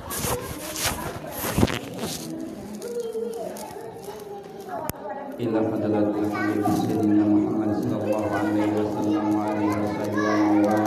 ila hadratil habib sayyidina Muhammad sallallahu alaihi wasallam wa alihi wasallam wa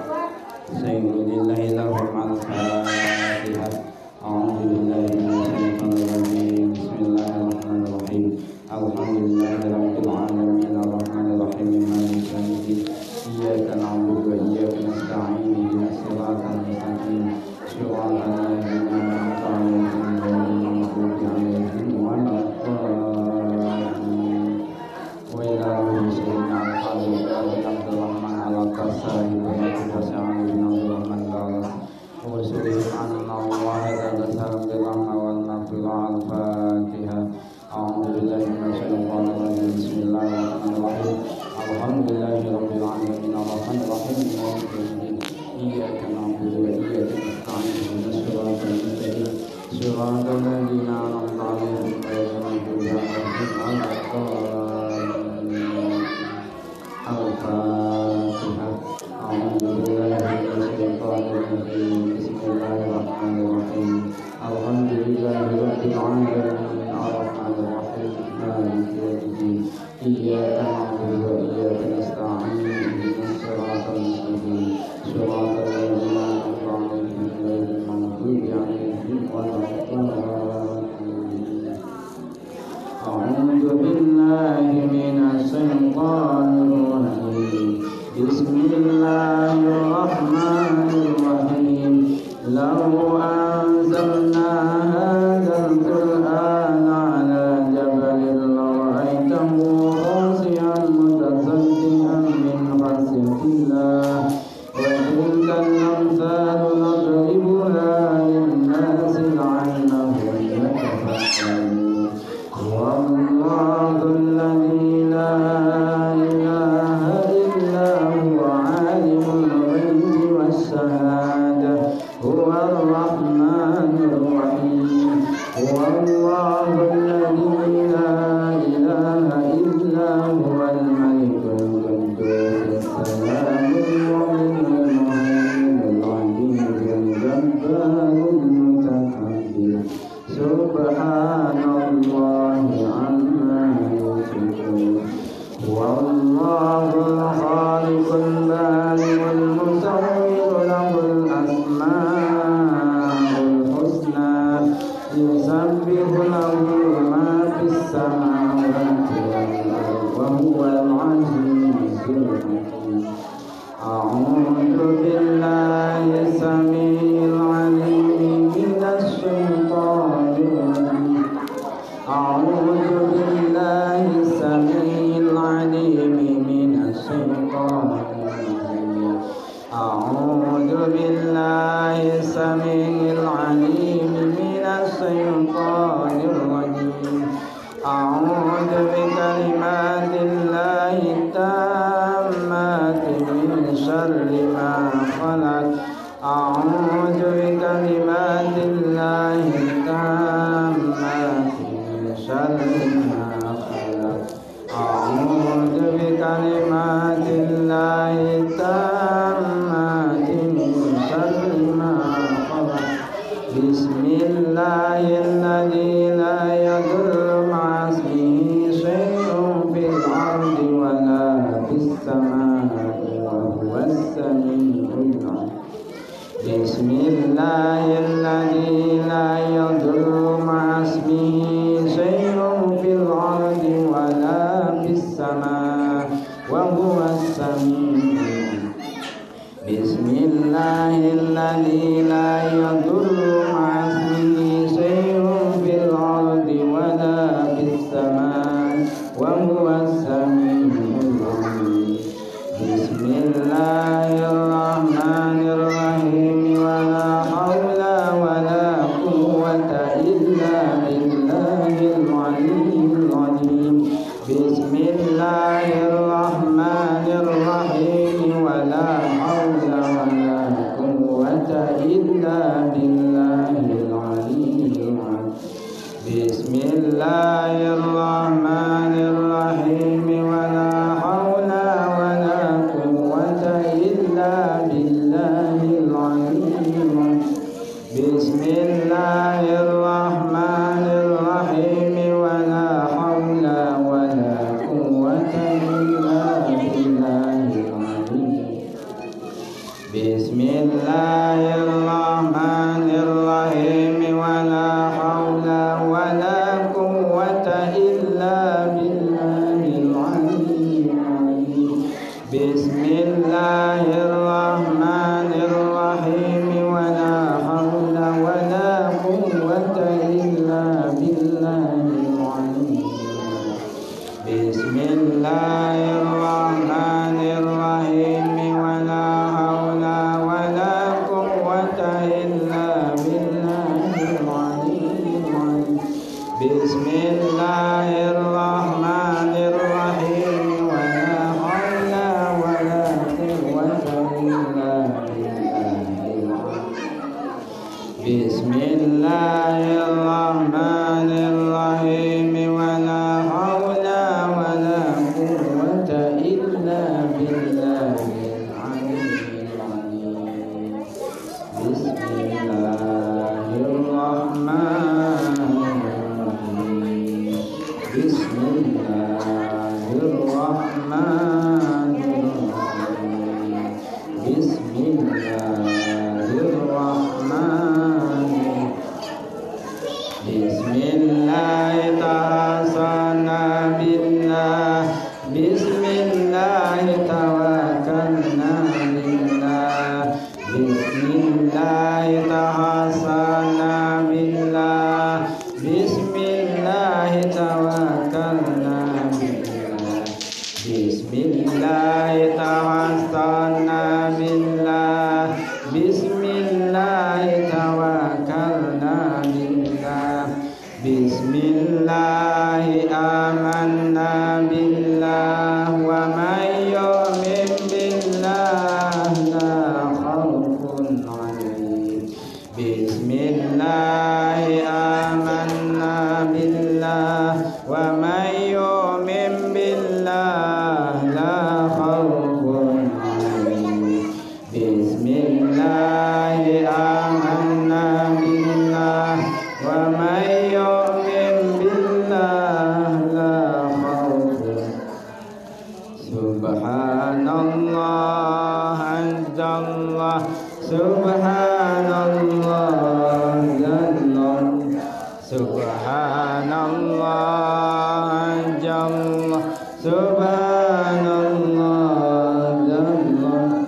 sayyidina lahum al-fatihah. A'udzu billahi minasyaitonir rajim. Bismillahirrahmanirrahim. Alhamdulillahirabbil alamin arrahmanir rahim maliki yaumiddin. Iyyaka na'budu wa iyyaka nasta'in ihdinas siratal mustaqim siratal ladzina an'amta 'alaihim ghairil maghdubi 'alaihim waladdallin. Bismillah. Bismillahirrahmanirrahim. Wala haula wala quwwata illa billahil aliyyil azim. Bismillahirrahmanirrahim. Bismillahirrahmanirrahim. Bismillahirrahmanirrahim. Bismillah tahasana billah. Bismillah tawakkalna billah. Bismillah tahasana billah. Bismillah tawakkalna billah. Bismillah tahasana billah. Bismillah tawakkalna billah. Bismillah amanna billah. Wa may yu'min billah la khawfun 'alaihim. Bismillah amanna billah. Wa may yu'min billah la khawfun 'alaihim. Bismillah amanna billah. Wa may yu'min billah la khawfun. Subhanallah anjallah. Subhanallah anjallah. Subhanallah anjallah. Subhanallah anjallah.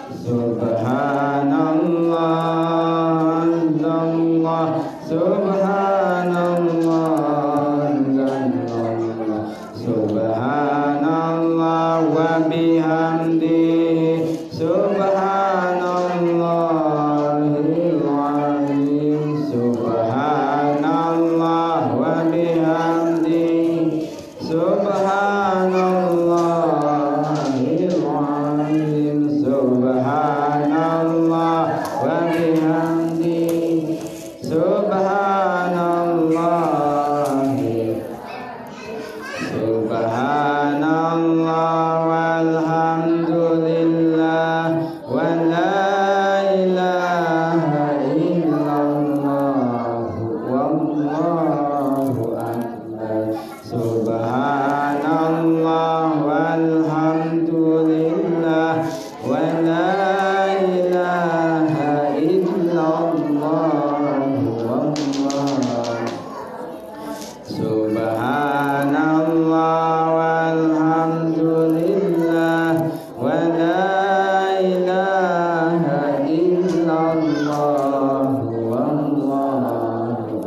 Subhanallah anjallah. Subhanallah anjallah. Subhanallah wa bihamdihi. Subhanallahil azim. Subhanallah wa bihamdihi. Subhanallahil azim. Subhanallah wa bihamdihi. Subhanallah. Subhanallah walhamdulillah wa la ilaha illallah wallahu akbar. Subhanallah walhamdulillah wa la ilaha illallah wallahu. Subhanallah walhamdulillah wa la ilaha illallah wallahu.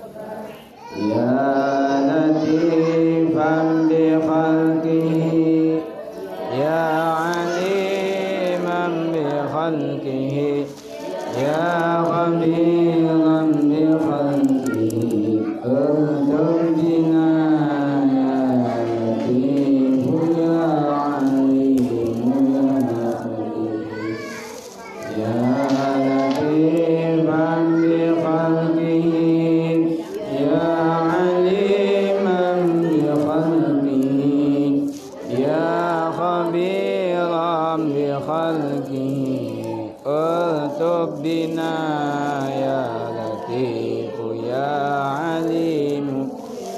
Ya latifan bi khalqihi, ya aliman bi khalqihi, ya khabiran bi khalqihi. Ardam bina ya latifu ya alimu ya khabiru. Ya latifan bi khalqihi, ya aliman bi khalqihi, ya khabiran bi khalqihi. Ardam bina ya latifu ya alimu.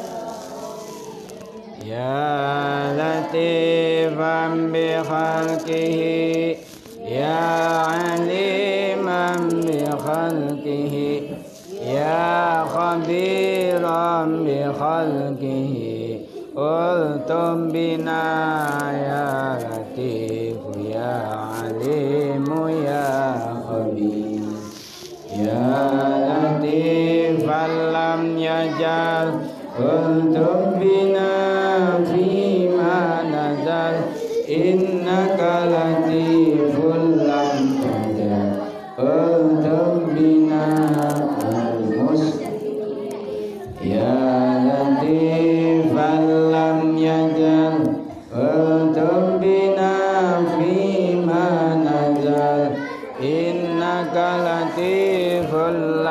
Ya latifan bi khalqihi, ya aliman bi khalqihi, ya khabiran bi khalqihi. Ultum bina ya latifu ya alimu ya khabir. Ya latifan lam yajal. Ultum bina fima nazal. Innaka latiful lam tajal. Ultum bina al-mus. Ya latifan lam yajal. Ultum bina fima nazal. Innaka latiful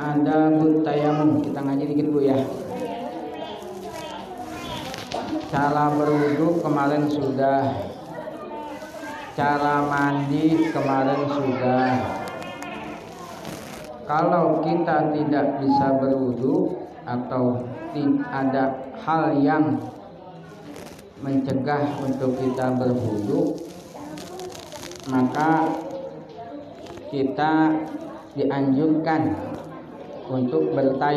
ada tayamum. Kita ngaji dikit Bu ya. Cara berwudu kemarin sudah. Cara mandi kemarin sudah. Kalau kita tidak bisa berwudu atau ada hal yang mencegah untuk kita berwudu, maka kita dianjurkan untuk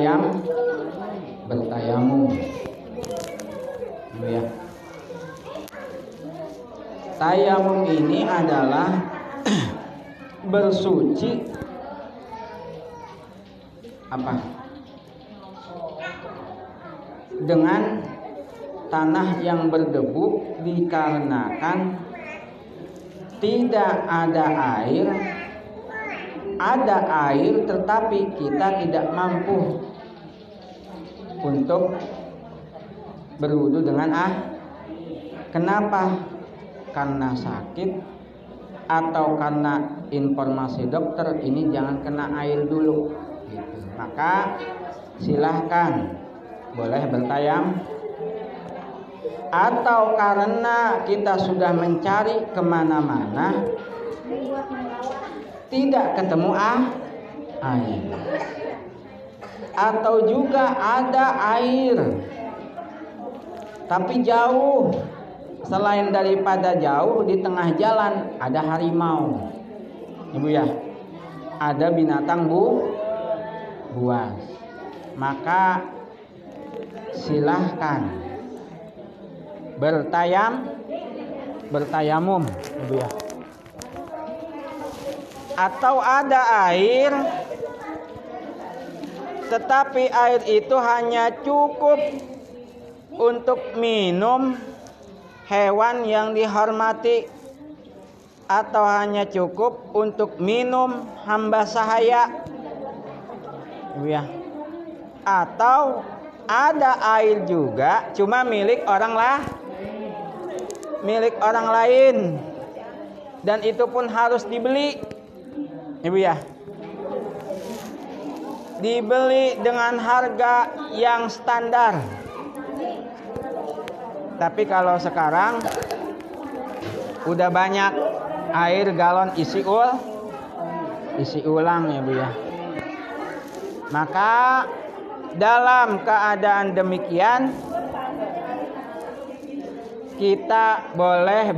bertayamum. Ya. Tayamum ini adalah bersuci dengan tanah yang berdebu, dikarenakan tidak ada air. Ada air tetapi kita tidak mampu untuk berwudu dengan Kenapa? Karena sakit atau karena informasi dokter ini jangan kena air dulu gitu. Maka silahkan boleh bertayam, atau karena kita sudah mencari kemana-mana tidak ketemu air, atau juga ada air tapi jauh. Selain daripada jauh, di tengah jalan ada harimau, Ibu ya, ada binatang buas, maka silahkan bertayamum, Ibu ya. Atau ada air tetapi air itu hanya cukup untuk minum hewan yang dihormati, atau hanya cukup untuk minum hamba sahaya, ya. Atau ada air juga cuma milik orang lain, dan itu pun harus dibeli, Ibu ya. Dibeli dengan harga yang standar. Tapi kalau sekarang udah banyak air galon isi ulang, ya Bu ya. Maka dalam keadaan demikian kita boleh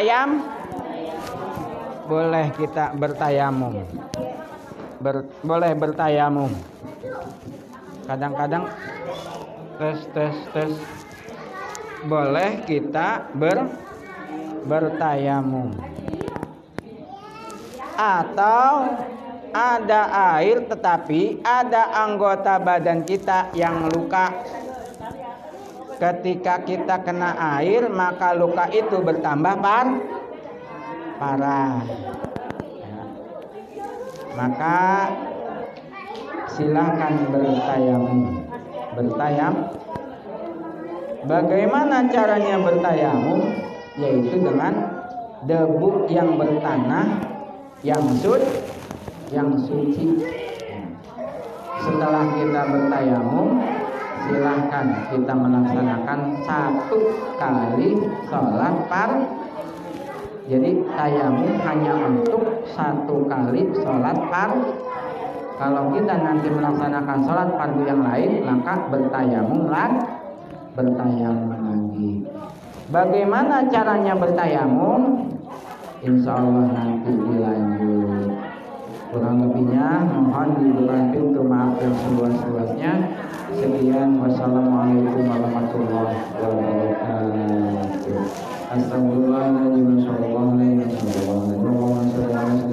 bertayamum. Boleh bertayamum. Kadang-kadang tes boleh kita bertayamum. Atau ada air tetapi ada anggota badan kita yang luka. Ketika kita kena air, maka luka itu bertambah parah. Ya. Maka silakan bertayamum. Bagaimana caranya bertayamum? Yaitu dengan debu yang bertanah, yang suci. Setelah kita bertayamum, silahkan kita melaksanakan 1 kali sholat Jadi tayamum hanya untuk 1 kali sholat Kalau kita nanti melaksanakan sholat fardu yang lain, maka bertayamum lagi. Bagaimana caranya bertayamum? Insya Allah nanti dilanjut. Kurang lebihnya mohon diberikan pintu maaf yang seluas-luasnya. Sekian, wassalamualaikum warahmatullahi wabarakatuh. Astagfirullahaladzim, assalamualaikum warahmatullahi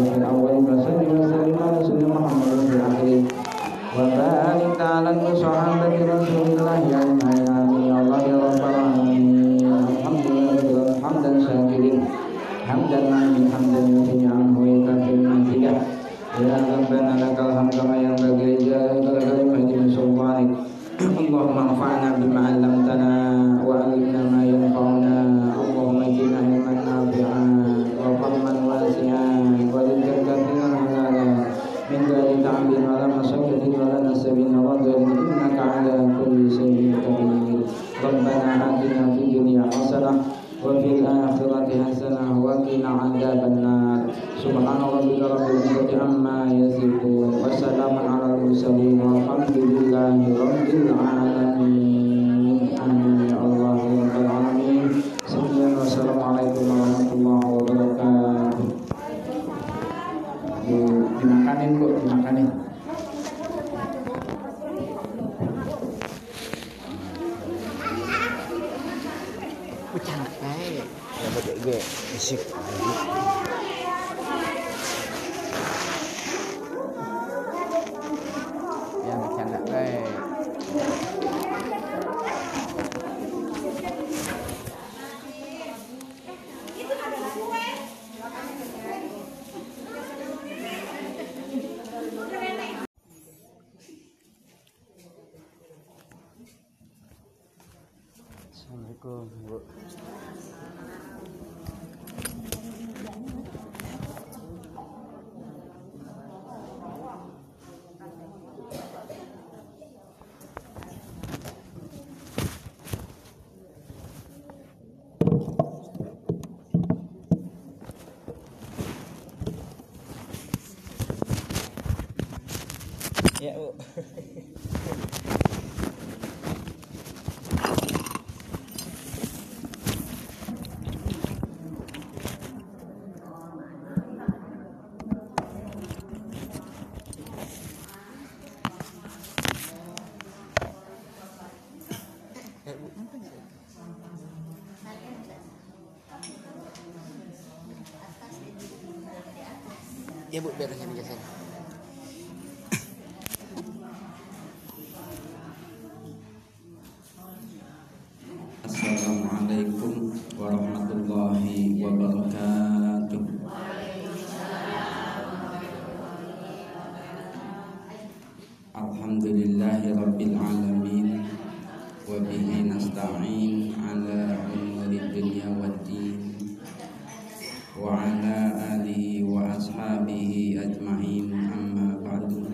Allahumma anfa'na bima 'allamtana wa 'allimna ma yanfa'una. Allahumma ij'alna ilman nafi'an wa fahman wasi'an wa rizqan katsiran halalan min ghairi ta'bin wa la masakkin yasifun. Wassalamun ala mursalin walhamdulillahi rabbil alamin. Amin ya Allah ya rabbal alamin. Sekian, wassalamualaikum warahmatullahi wabarakatuh. Dimakanin Bu, dimakanin. Bercanda kayak ya pakai gue musik lagi. Ya bercanda kayak. Assalamualaikum Bu. Ya Bu. Ya Bu, biar saya jelasin. Assalamualaikum warahmatullahi wabarakatuh. Alhamdulillahi rabbil alamin. Wa bihi nasta'in ala umuri dunya waddin. Wa ala alihi wa ashabihi ajma'in, amma ba'du.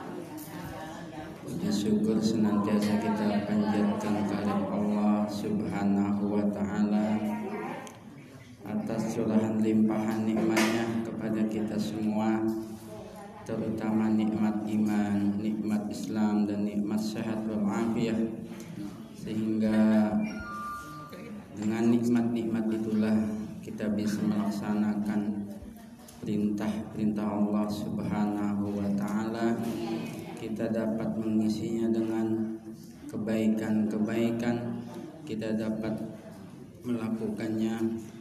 Puji syukur senantiasa kita panjatkan kepada Allah Subhanahu wa ta'ala atas curahan limpahan nikmatnya kepada kita semua, terutama nikmat iman, nikmat Islam, dan nikmat sehat wal afiyah, sehingga dengan nikmat-nikmat itulah kita bisa melaksanakan perintah-perintah Allah Subhanahu wa ta'ala. Kita dapat mengisinya dengan kebaikan-kebaikan, kita dapat melakukannya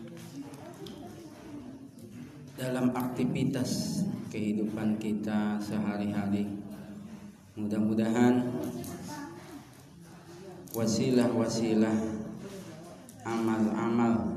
dalam aktivitas kehidupan kita sehari-hari. Mudah-mudahan wasilah-wasilah amal-amal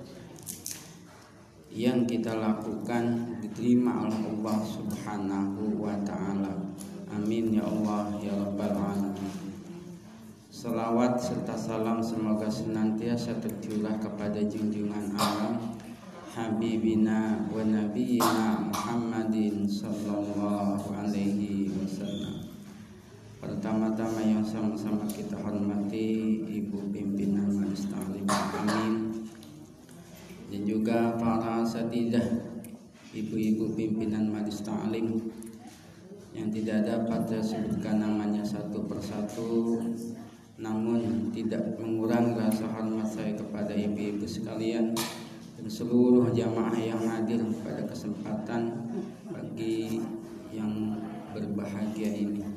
yang kita lakukan diterima oleh Allah Subhanahu wa ta'ala. Amin ya Allah ya rabbal alamin. Salawat serta salam semoga senantiasa tercurah kepada junjungan alam Habibina wa Nabiyina Muhammadin sallallahu alaihi wasallam. Pertama-tama yang sama-sama kita hormati Ibu Pimpinan Majelis Ta'lim, amin. Dan juga para asatidzah, ibu-ibu pimpinan Majelis Ta'lim yang tidak dapat saya sebutkan namanya satu persatu, namun tidak mengurangi rasa hormat saya kepada ibu-ibu sekalian dan seluruh jamaah yang hadir pada kesempatan pagi yang berbahagia ini.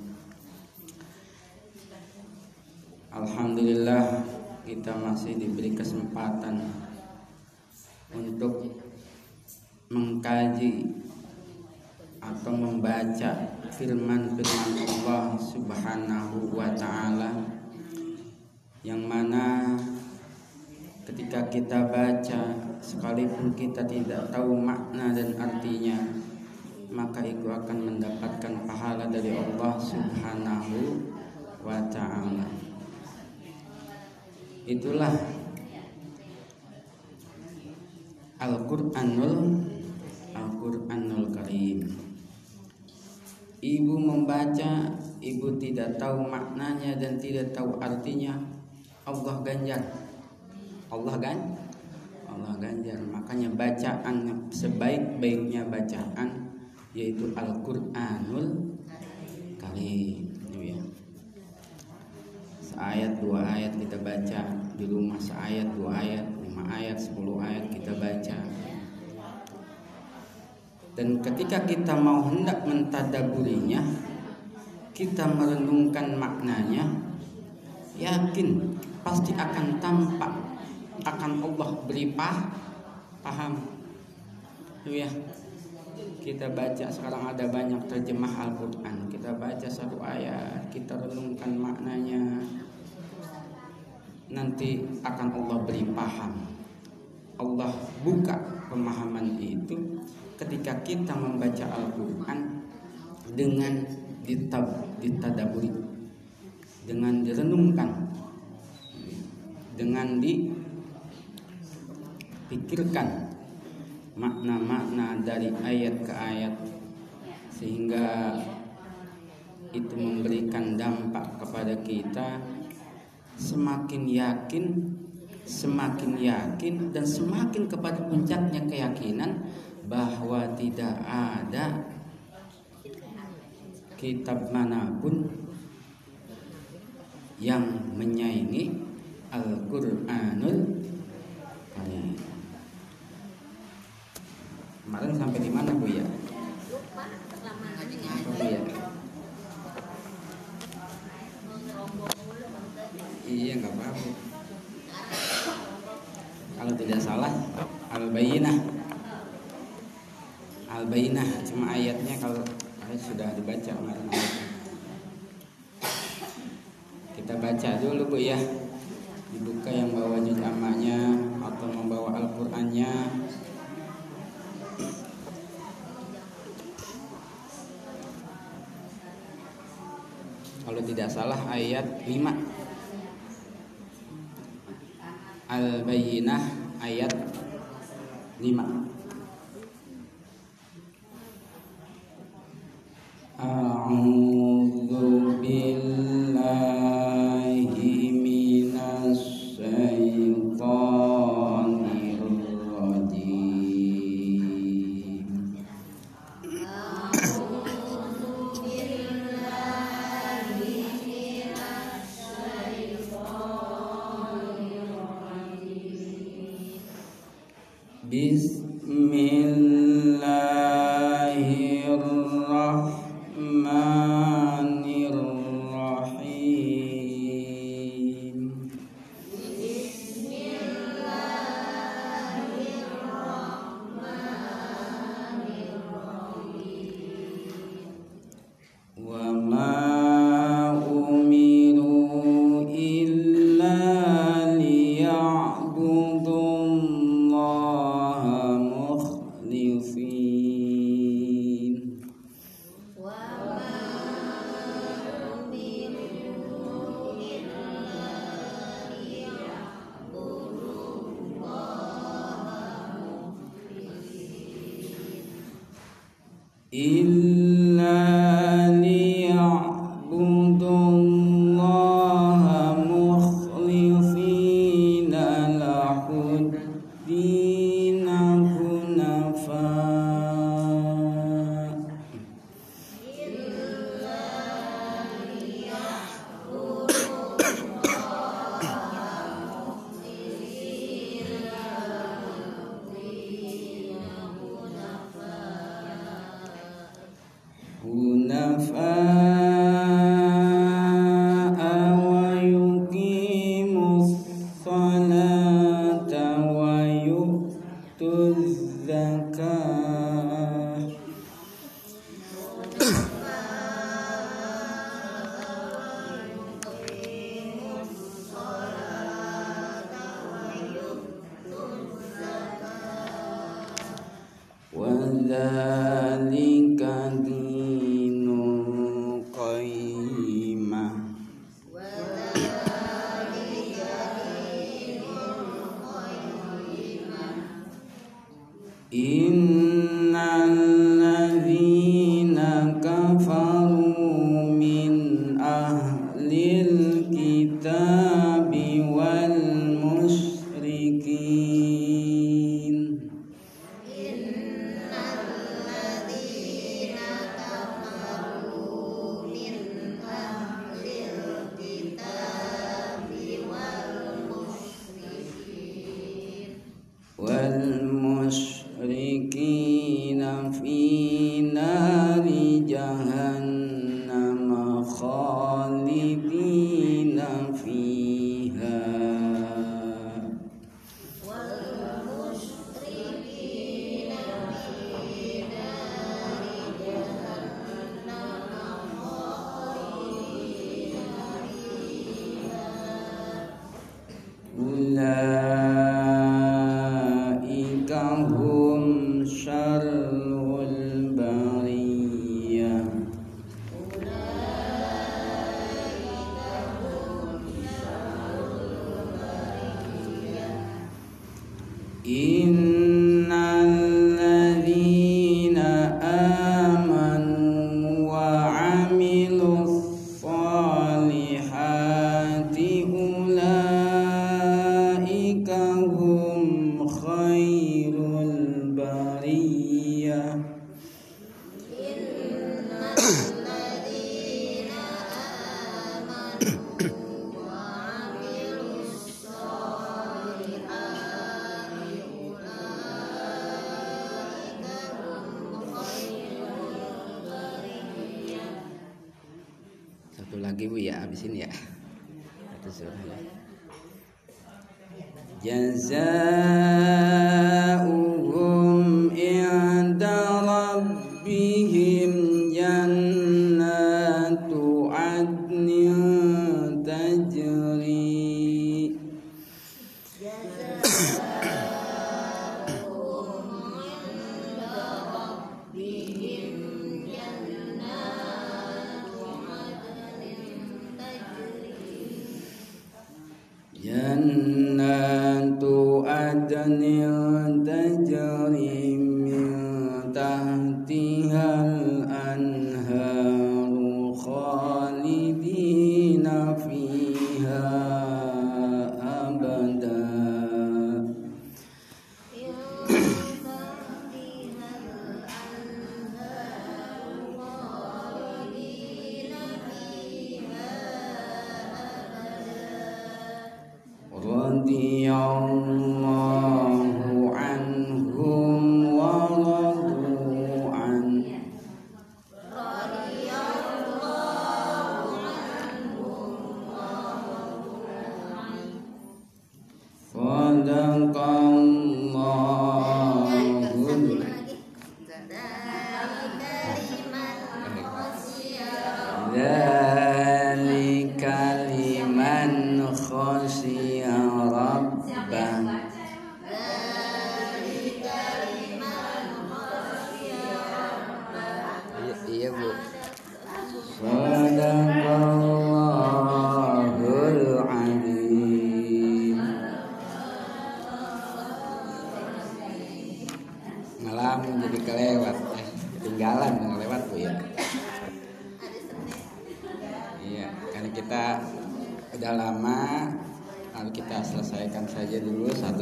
Alhamdulillah kita masih diberi kesempatan untuk mengkaji atau membaca firman-firman Allah Subhanahu wa ta'ala, yang mana ketika kita baca, sekalipun kita tidak tahu makna dan artinya, maka itu akan mendapatkan pahala dari Allah Subhanahu wa ta'ala. Itulah Al-Qur'anul Karim. Ibu membaca, ibu tidak tahu maknanya dan tidak tahu artinya, Allah ganjar. Allah ganjar. Makanya bacaan sebaik-baiknya bacaan yaitu Al-Qur'an. di rumah seayat, 2 ayat, 5 ayat, 10 ayat kita baca. Dan ketika kita mau hendak mentadaburinya, kita merenungkan maknanya, yakin pasti akan tampak, akan Allah beri paham. Ya, kita baca sekarang ada banyak terjemah Al-Quran. Kita baca satu ayat, kita renungkan maknanya, nanti akan Allah beri paham. Allah buka pemahaman itu ketika kita membaca Al-Quran dengan ditadaburi, dengan direnungkan, dengan dipikirkan makna-makna dari ayat ke ayat, sehingga itu memberikan dampak kepada kita semakin yakin dan semakin kepada puncaknya keyakinan bahwa tidak ada kitab manapun yang menyaingi Al-Qur'anul Karim. Kemarin sampai di mana Bu ya? Lupa, lama-lama Bu ya? Iya, nggak apa-apa. Kalau tidak salah Al-Bayyinah cuma ayatnya, kalau sudah dibaca kemarin ayatnya. Kita baca dulu Bu ya, dibuka yang bawa juz ammanya atau membawa Al-Qur'annya. Kalau tidak salah ayat 5, Al-Bayyinah ayat 5. A'udzu billahi minas syaitonir rajim. Bismillahirrahmanirrahim. Wa ma umiru illa liya'budullaha mukhlifin. Illa liya'budullaha mukhlifina lahuddina hunafa. Hunafa'a wa yuqimus salata wa yu'tuz zakah. Wa dzalika dinul Satu lagi Bu ya, habisin ya. Satu surah. Jazaa'uhum 'inda rabbihim jannatu 'adnin tajri. Jannatu adnin tajri min tahtihal anharu khalidina fiha abada. Radiyallahu anhum wa radu an. Sadaqallahul dzalika liman khashiya rabbah. Iya Bu. Sadaqallahul adzim. Malam jadi kelewat, ketinggalan ngelewat Bu ya. Iya, karena kita udah lama, lalu kita selesaikan saja dulu satu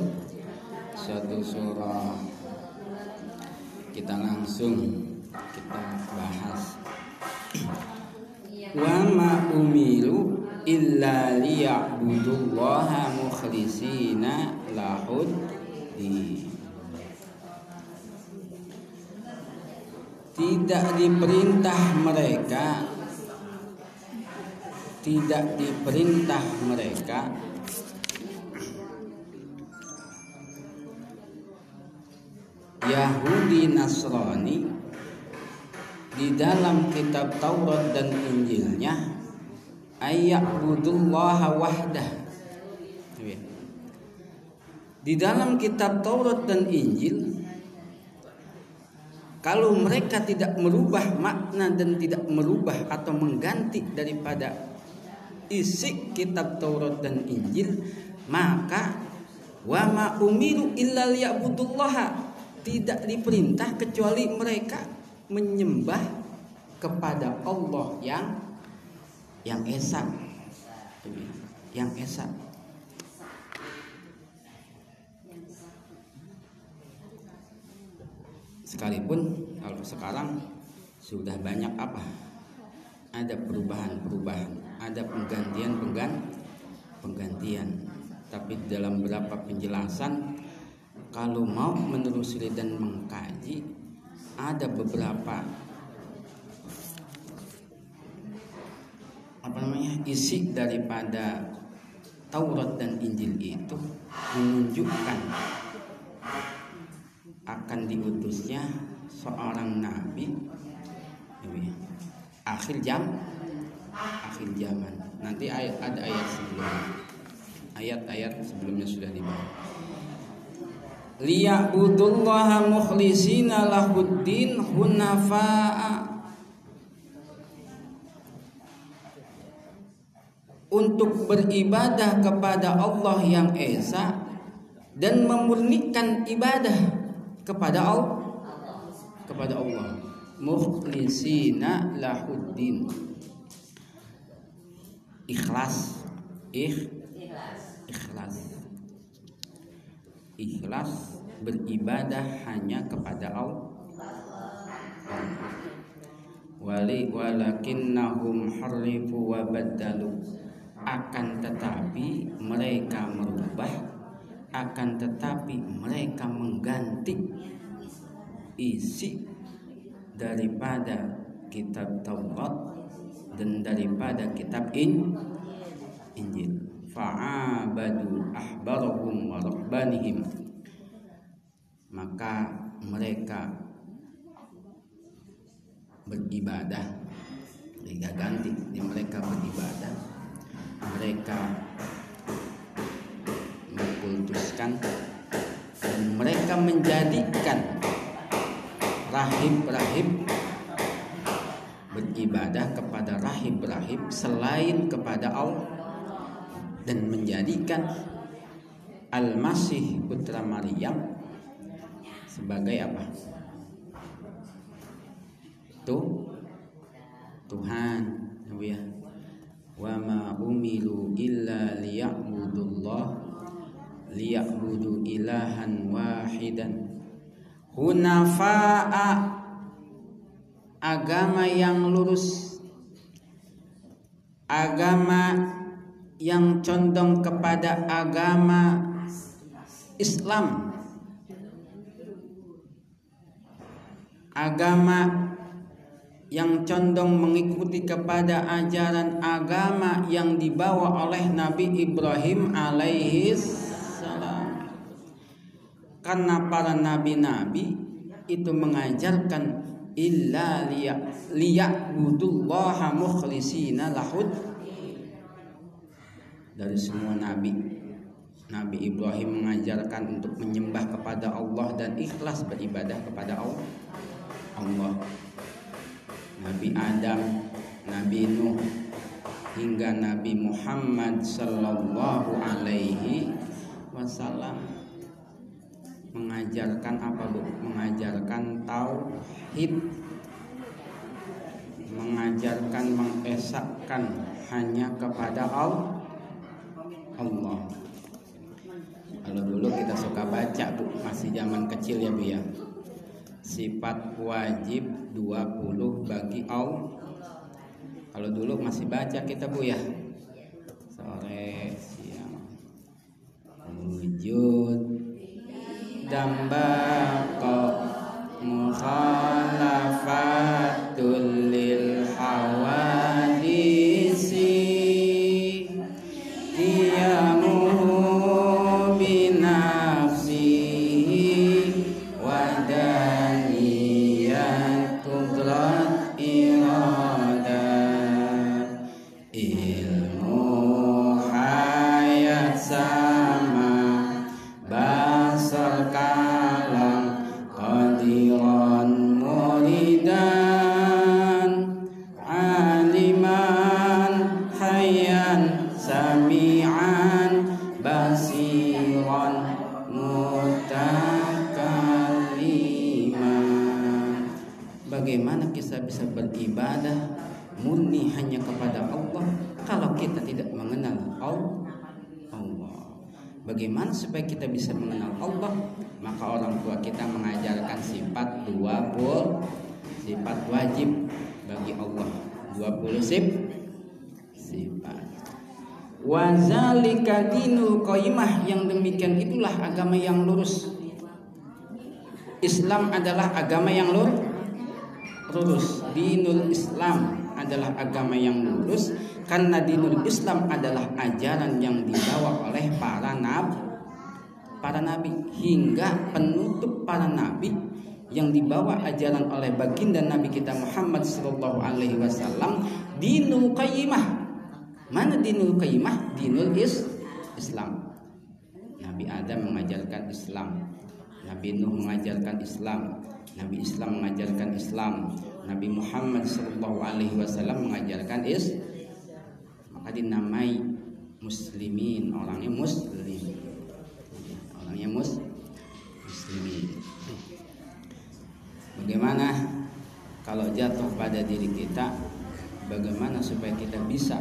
surah. Kita langsung kita bahas. Wa ma umiru illa liya'budullaha mukhlishina lahud-din. Tidak diperintah mereka Yahudi Nasrani di dalam kitab Taurat dan Injilnya ayya'budullaha wahdah. Di dalam kitab Taurat dan Injil, kalau mereka tidak merubah makna dan tidak merubah atau mengganti daripada isi kitab Taurat dan Injil, maka wa ma umiru illa liya'budullaha, tidak diperintah kecuali mereka menyembah kepada Allah yang esa, yang esa. Sekalipun kalau sekarang sudah banyak apa? Ada perubahan, ada penggantian. Tapi dalam beberapa penjelasan, kalau mau menelusuri dan mengkaji, ada beberapa isi daripada Taurat dan Injil itu menunjukkan akan diutusnya seorang nabi akhir zaman. Nanti ada ayat sebelumnya sudah dibahas. Liya'budullaha mukhlishina lahuddin hunafa'a, untuk beribadah kepada Allah yang esa dan memurnikan ibadah kepada Allah. Mukhlishina lahuddin, ikhlas beribadah hanya kepada Allah. Walakinnahum harifu wa badalu, akan tetapi mereka merubah, akan tetapi mereka mengganti isi daripada kitab Taurat dan daripada kitab Injil. Fa'abadu ahbarahum wa rahbanihim, maka mereka beribadah, mereka ganti mereka beribadah, mereka mengkultuskan dan mereka menjadikan rahib-rahib, beribadah kepada rahib-rahib selain kepada Allah, dan menjadikan Al-Masih putra Maryam sebagai apa? Tuhan, ya. Wa ma umiru illa liya'budu ilahan wahidan hunafa'a, agama yang lurus, agama yang condong kepada agama Islam, agama yang condong mengikuti kepada ajaran agama yang dibawa oleh Nabi Ibrahim alaihi salam. Karena para nabi-nabi itu mengajarkan illa liya'budullaha mukhlishina lahud. Dari semua nabi, Nabi Ibrahim mengajarkan untuk menyembah kepada Allah dan ikhlas beribadah kepada Allah. Nabi Adam, Nabi Nuh, hingga Nabi Muhammad sallallahu alaihi wasallam mengajarkan apa, Bu? Mengajarkan tauhid, mengajarkan mengesahkan hanya kepada Allah. Kalau dulu kita suka baca, Bu, masih zaman kecil ya, Bu ya. Sifat wajib 20 bagi Allah. Kalau dulu masih baca kita, Bu ya. Sore, siang. Wujud dan baqa mukhalafatul lil hawadisi qiyamuhu binafsihi wadaniyat qudrat iradat ilmu hayat sama basar kalam qadiran muridan aliman hayyan sami'an basiran mutakalliman. Bagaimana kita bisa beribadah murni hanya kepada Allah kalau kita tidak mengenal Allah? Bagaimana supaya kita bisa mengenal Allah? Maka orang tua kita mengajarkan sifat 20 sifat wajib bagi Allah, 20 sifat. Wa zalika dinul qayyimah, yang demikian itulah agama yang lurus. Islam adalah agama yang lurus. Dinul Islam adalah agama yang lurus, karena dinul Islam adalah ajaran yang dibawa oleh para nabi hingga penutup para nabi, yang dibawa ajaran oleh baginda Nabi kita Muhammad sallallahu alaihi wasallam. Dinul qayyimah. Mana dinul qayyimah? Dinul Islam. Nabi Adam mengajarkan Islam, Nabi Nuh mengajarkan Islam, Nabi Islam mengajarkan Islam, Nabi Muhammad sallallahu alaihi wasallam mengajarkan maka dinamai muslimin, orangnya muslimin. Bagaimana kalau jatuh pada diri kita? Bagaimana supaya kita bisa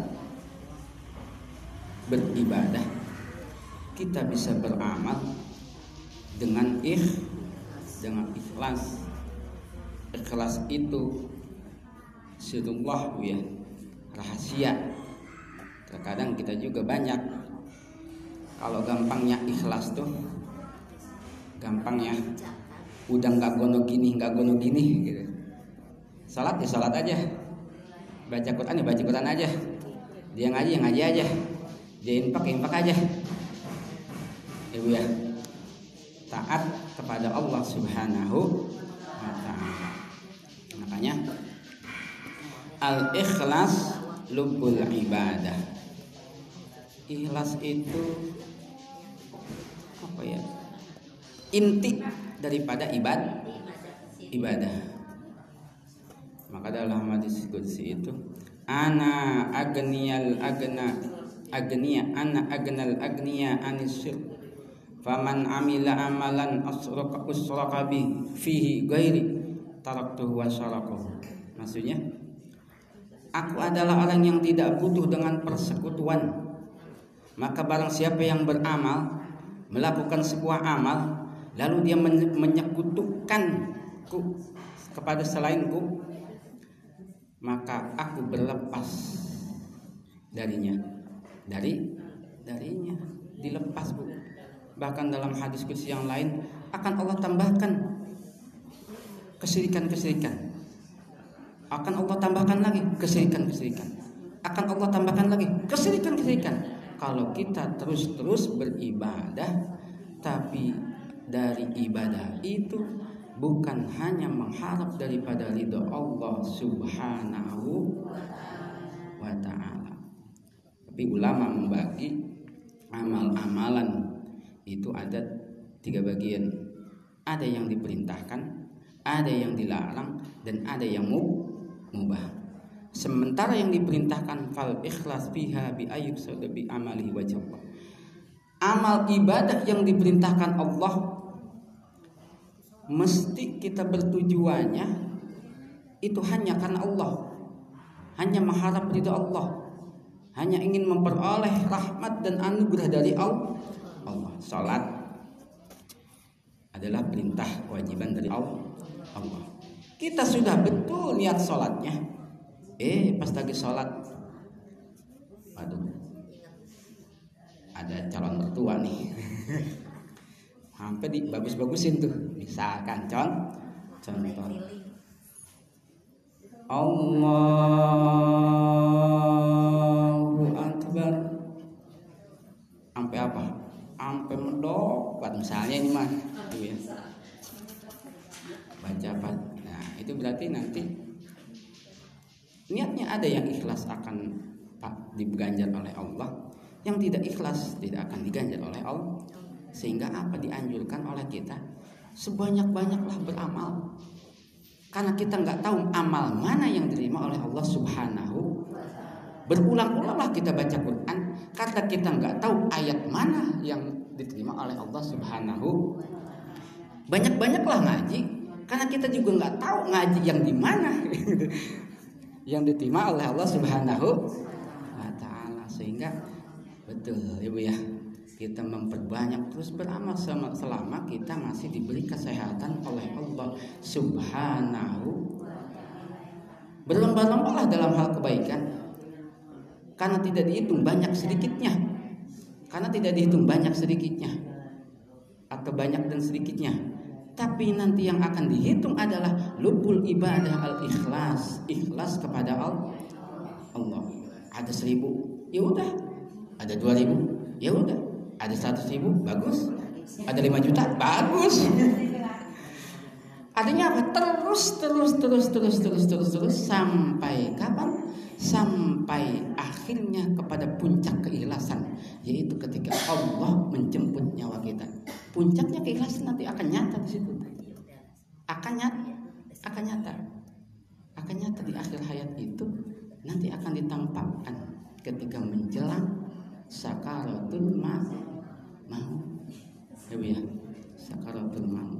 beribadah, kita bisa beramal dengan ikhlas. Ikhlas itu sirullah, ya, rahasia. Terkadang kita juga banyak kalau gampangnya ikhlas tuh, gampangnya udah nggak gono gini gitu. Salat ya salat aja, baca Quran ya baca Quran aja, dia ngaji ya ngaji aja, dia infak aja. Ibu ya, taat kepada Allah Subhanahu wa ta'ala. Makanya al-ikhlas lubul ibadah. Ikhlas itu apa ya? Inti daripada ibadah. Maka dalam hadis qudsi itu ana agniyal agna ana agnal agniya anisir faman amila amalan usraka bi fihi ghairi taraktuhu wa syarakahu. Maksudnya, aku adalah orang yang tidak butuh dengan persekutuan. Maka barang siapa yang beramal, melakukan sebuah amal, lalu dia menyekutukanku kepada selainku, maka aku berlepas darinya. Darinya dilepas, Bu. Bahkan dalam hadis qudsi yang lain akan Allah tambahkan kesirikan. Akan Allah tambahkan lagi kesirikan. Akan Allah tambahkan lagi kesirikan. Kalau kita terus beribadah, tapi dari ibadah itu bukan hanya mengharap daripada ridho Allah Subhanahu wa ta'ala. Tapi ulama membagi amal-amalan itu ada 3 bagian. Ada yang diperintahkan, ada yang dilarang, dan ada yang mubah. Sementara yang diperintahkan fal ikhlas biha bi ayyuk bi amalihi wajh. Amal ibadah yang diperintahkan Allah mesti kita bertujuannya itu hanya karena Allah, hanya mengharap ridha Allah, hanya ingin memperoleh rahmat dan anugerah dari Allah. Salat adalah perintah kewajiban dari Allah. Kita sudah betul niat salatnya, pas lagi salat, waduh, ada calon mertua nih. Sampai dibagus-bagusin tuh, misalkan contoh Allahu Akbar, sampai apa? Sampai mendobat misalnya ini mah, ya. Baca apa? Nah itu berarti nanti niatnya ada yang ikhlas akan diganjar oleh Allah, yang tidak ikhlas tidak akan diganjar oleh Allah. Sehingga apa dianjurkan oleh kita sebanyak-banyaklah beramal, karena kita nggak tahu amal mana yang diterima oleh Allah Subhanahu. Berulang-ulanglah kita baca Quran, karena kita nggak tahu ayat mana yang diterima oleh Allah Subhanahu. Banyak-banyaklah ngaji, karena kita juga nggak tahu ngaji yang di mana yang diterima oleh Allah Subhanahu wa ta'ala. Sehingga betul Ibu ya, kita memperbanyak terus beramal selama kita masih diberi kesehatan oleh Allah Subhanahu. Berlomba-lombalah dalam hal kebaikan, karena tidak dihitung banyak sedikitnya, atau banyak dan sedikitnya. Tapi nanti yang akan dihitung adalah lubul ibadah al-ikhlas, ikhlas kepada Allah. Ada 1.000, ya udah. Ada 2.000, ya udah. Ada 100.000, bagus. Ada 5 juta, bagus. Adanya apa? Terus sampai kapan? Sampai akhirnya kepada puncak keikhlasan, yaitu ketika Allah menjemput nyawa kita. Puncaknya keikhlasan nanti akan nyata di situ. Akan nyata di akhir hayat itu nanti akan ditampakkan ketika menjelang sakaratul maut. Ya, sakaratul maut.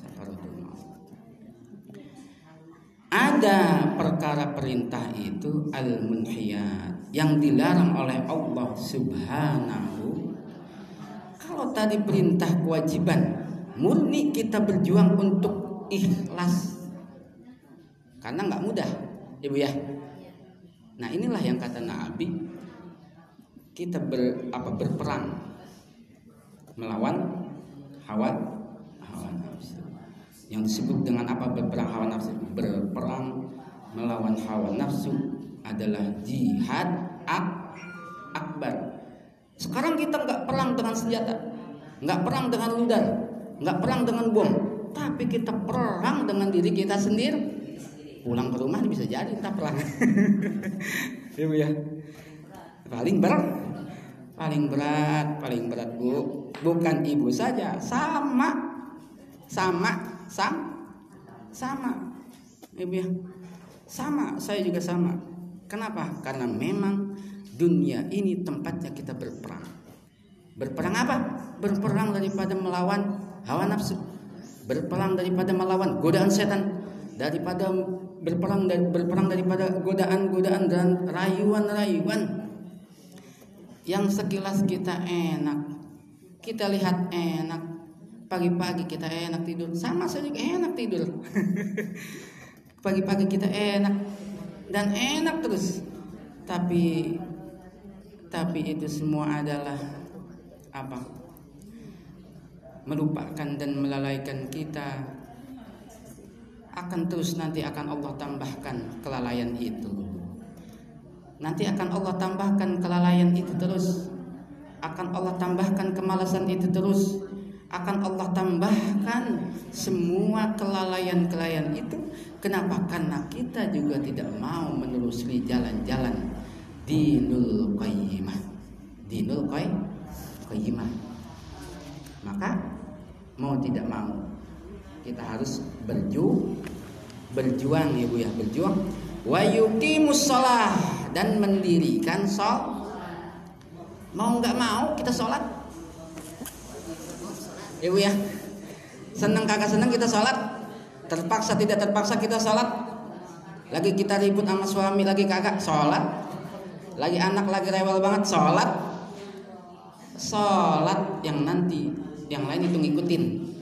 Ada perkara perintah itu al-munhiyat, yang dilarang oleh Allah Subhanahu. Kalau tadi perintah kewajiban, murni kita berjuang untuk ikhlas, karena nggak mudah, Ibu ya. Nah inilah yang kata Nabi, kita berperang melawan hawa nafsu. Yang disebut dengan apa berperang hawa nafsu? Berperang melawan hawa nafsu adalah jihad akbar. Sekarang kita nggak perang dengan senjata, nggak perang dengan rudal, nggak perang dengan bom, tapi kita perang dengan diri kita sendiri. Pulang ke rumah bisa jadi kita perang. Ya Bu ya. Paling berat Bu. Bukan ibu saja, sama. Ibu ya. Sama, saya juga sama. Kenapa? Karena memang dunia ini tempatnya kita berperang. Berperang apa? Berperang daripada melawan hawa nafsu, berperang daripada melawan godaan setan, daripada berperang daripada godaan-godaan dan rayuan-rayuan yang sekilas kita enak, kita lihat enak, pagi-pagi kita enak tidur, sama saya juga enak tidur. Pagi-pagi kita enak dan enak terus, tapi itu semua adalah apa? Melupakan dan melalaikan kita. Akan terus nanti akan Allah tambahkan kelalaian itu. Nanti akan Allah tambahkan kelalaian itu terus. Akan Allah tambahkan kemalasan itu terus. Akan Allah tambahkan semua kelalaian itu. Kenapa? Karena kita juga tidak mau menelusuri jalan-jalan dinul qayyimah. Dinul qayyimah. Maka mau tidak mau kita harus berjuang ya Bu ya, berjuang. Wa yuqimus shalah, dan mendirikan sholat. Mau nggak mau kita sholat ya Bu ya. Senang kagak senang kita sholat, terpaksa tidak terpaksa kita sholat. Lagi kita ribut sama suami lagi kagak sholat, lagi anak lagi rewel banget sholat yang nanti yang lain itu ngikutin.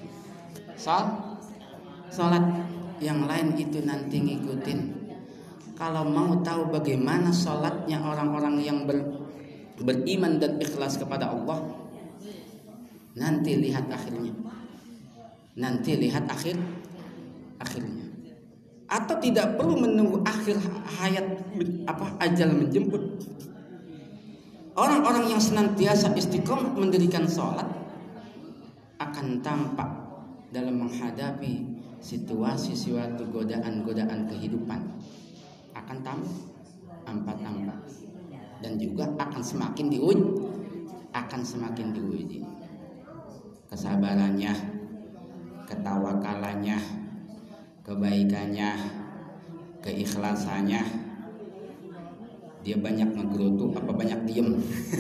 Sholat yang lain itu nanti ngikutin. Kalau mau tahu bagaimana sholatnya orang-orang yang beriman dan ikhlas kepada Allah, nanti lihat akhirnya. Akhirnya. Atau tidak perlu menunggu akhir hayat ajal menjemput. Orang-orang yang senantiasa istiqomah mendirikan sholat akan tampak dalam menghadapi situasi suatu godaan-godaan kehidupan, akan tampak dan juga akan semakin diuji kesabarannya, ketawakalannya, kebaikannya, keikhlasannya. Dia banyak ngegerutu apa banyak diem?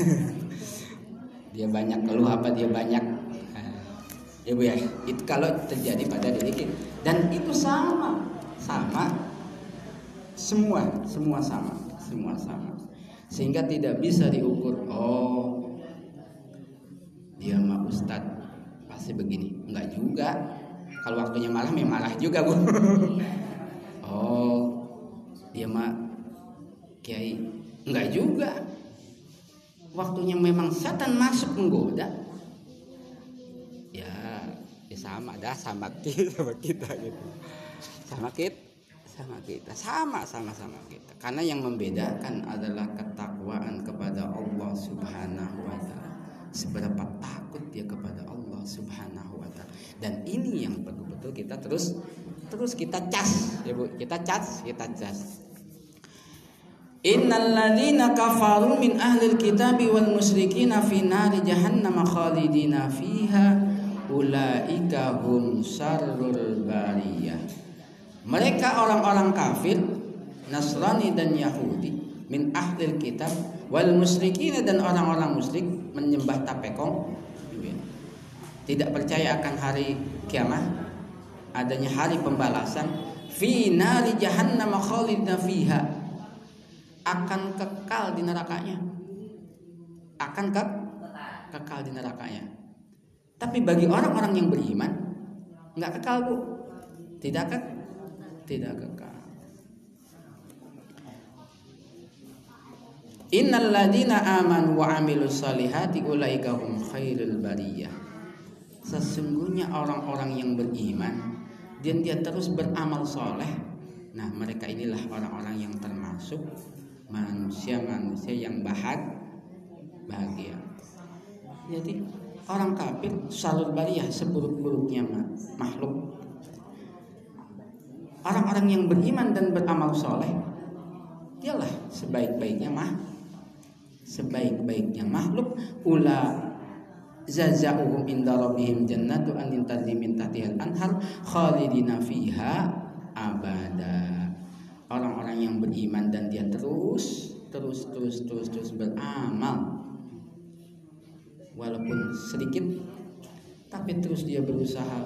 Dia banyak keluh apa dia banyak ya Bu ya. Itu kalau terjadi pada diri kita, dan itu sama semua sama, sehingga tidak bisa diukur. Oh, dia mah ustadz pasti begini, enggak juga. Kalau waktunya marah memang marah juga Bu. Oh, dia mah kiai, enggak juga. Waktunya memang setan masuk menggoda. Ya sama kita gitu. Sama kita. Karena yang membedakan adalah ketakwaan kepada Allah Subhanahu wa taala. Seberapa takut dia kepada Allah Subhanahu wa taala. Dan ini yang betul-betul kita terus kita cas, ya Bu. Kita cas. Innal ladzina kafaru min ahlil kitabi wal musyrikina fi nari jahannam khalidina fiha ulaika hum syarrul bariyah. Mereka orang-orang kafir, Nasrani dan Yahudi, min ahlil kitab wal musyrikina, dan orang-orang musyrik menyembah tapekong, tidak percaya akan hari kiamat, adanya hari pembalasan, fi nari jahannam khalidina fiha, akan kekal di nerakanya, kekal di nerakanya. Tapi bagi orang-orang yang beriman nggak kekal Bu, tidak kekal. Innal ladzina amanu wa amilus solihati ulaika hum khairul bariyah. Sesungguhnya orang-orang yang beriman dan dia terus beramal soleh, Nah, mereka inilah orang-orang yang termasuk manusia-manusia yang bahagia. Jadi orang kafir salul bariyah, seburuk-buruknya makhluk. Orang-orang yang beriman dan beramal soleh, dialah sebaik-baiknya makhluk. Ula zazauhum inda rabbihim jannatu an tajri min tahtihal anhar khalidina fiha abada. Orang-orang yang beriman dan dia terus beramal walaupun sedikit, tapi terus dia berusaha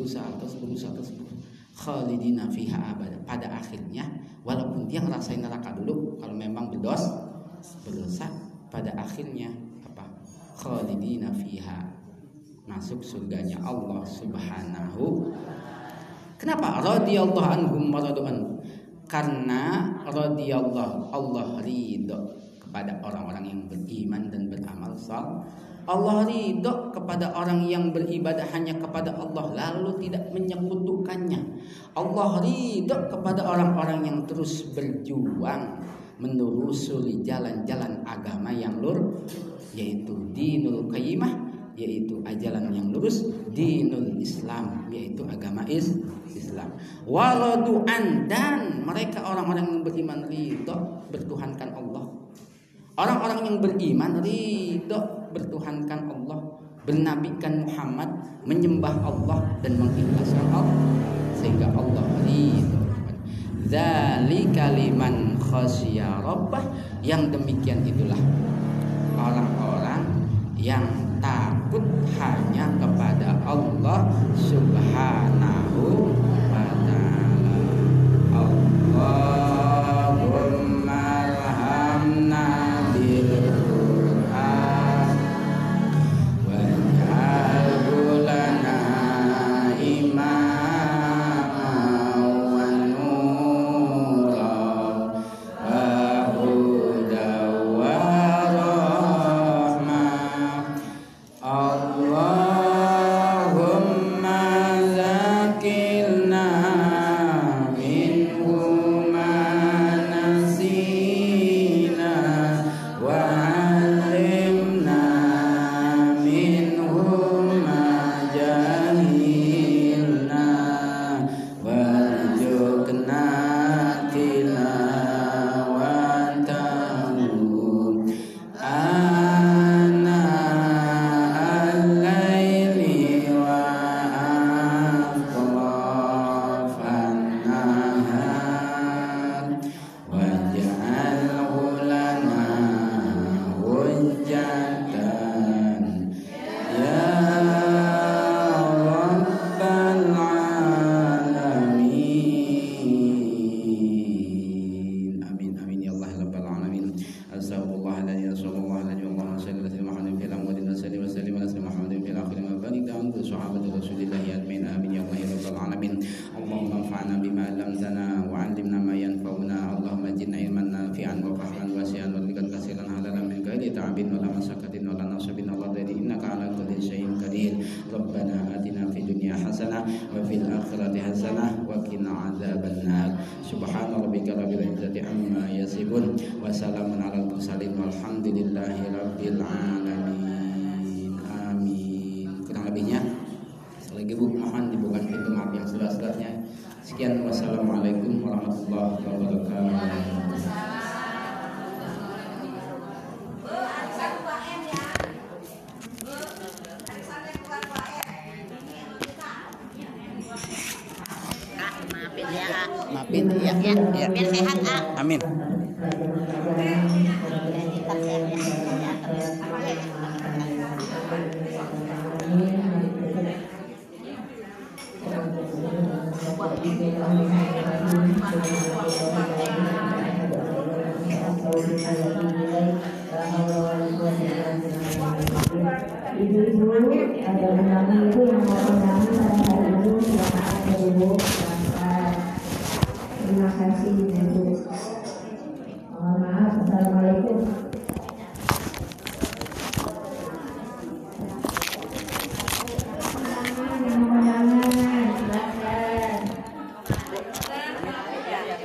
khalidina fiha abada. Pada akhirnya walaupun dia ngerasain neraka dulu kalau memang berdosa, pada akhirnya apa? Khalidina fiha, masuk surganya Allah Subhanahu. Kenapa radhiyallahu anhum maradu'an? Karena radhiyallahu, Allah ridho kepada orang-orang yang beriman dan beramal saleh. Allah ridho kepada orang yang beribadah hanya kepada Allah lalu tidak menyekutukannya. Allah ridho kepada orang-orang yang terus berjuang menelusuri jalan-jalan agama yang lurus, yaitu dinul qayyimah, yaitu ajaran yang lurus, dinul Islam, yaitu agama Islam. Waradu'an, dan mereka orang-orang yang beriman ridho bertuhankan Allah. Orang-orang yang beriman ridho bertuhankan Allah, bernabikan Muhammad, menyembah Allah dan mengikhlaskan Allah, sehingga Allah ridho. Dzalika liman khasyiya rabbah, yang demikian itulah orang-orang yang takut hanya kepada Allah Subhanahu wa ta'ala. Allahumma arhamna bil Qur'an waj'alhu lana imaman wa nuran wa hudan wa rahmah. Allahumma zakirna minhu ma nasina wa 'allimna minhu ma jahilna warzuqna tilawatahu ana al-laili wa atrafan nahar waj'alhu lana hujjatan ya rabbal alamin. Amin amin ya Allah ya rabbal alamin. Astagfirullahaladzim, astagfirullahaladzim. Allahumma shalli ala sayyidina Muhammadin fil awwalin wa sallim wa sallim ala sayyidina Muhammadin fil akhirin wa barik ala sahabati rasulillahi ajmain. Amin ya Allah ya rabbal alamin. Allahumma anfa'na bima 'allamtana wa 'allimna ma yanfa'una. Allahumma zidna ilman nafi'an wa fahman wasi'an wa rizqan katsiran halalan min ghairi ta'abin wa la masakatin wa la nasabin wa la dhari innaka 'ala kulli syai'in qadir. Rabbana atina fid dunya hasanah wa fil akhirati hasanah wa qina adzabannar. Subhana rabbika rabbil izzati amma yasifun wa salamun 'alal mursalin walhamdulillahi rabbil alamin. Amin. Kurang lebihnya lagi Bu, mohon dibukakan pintu maaf yang seluas-luasnya. Sekian, wassalamualaikum warahmatullahi wabarakatuh. Maafin ya, biar sehat. Amin. Ibu-ibu ada undangan itu yang mau undangan pada hari ini silakan Ibu. Terima kasih Ibu. Mohon maaf. Assalamualaikum. Undangan silakan.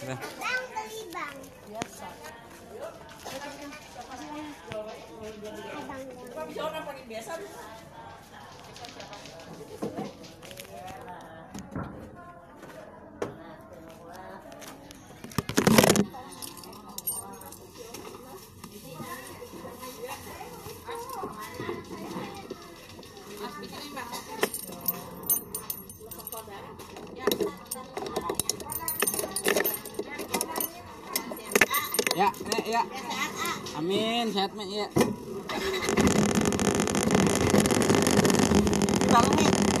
Ya, ya. Amin, sehat mek ya. Bangun nih.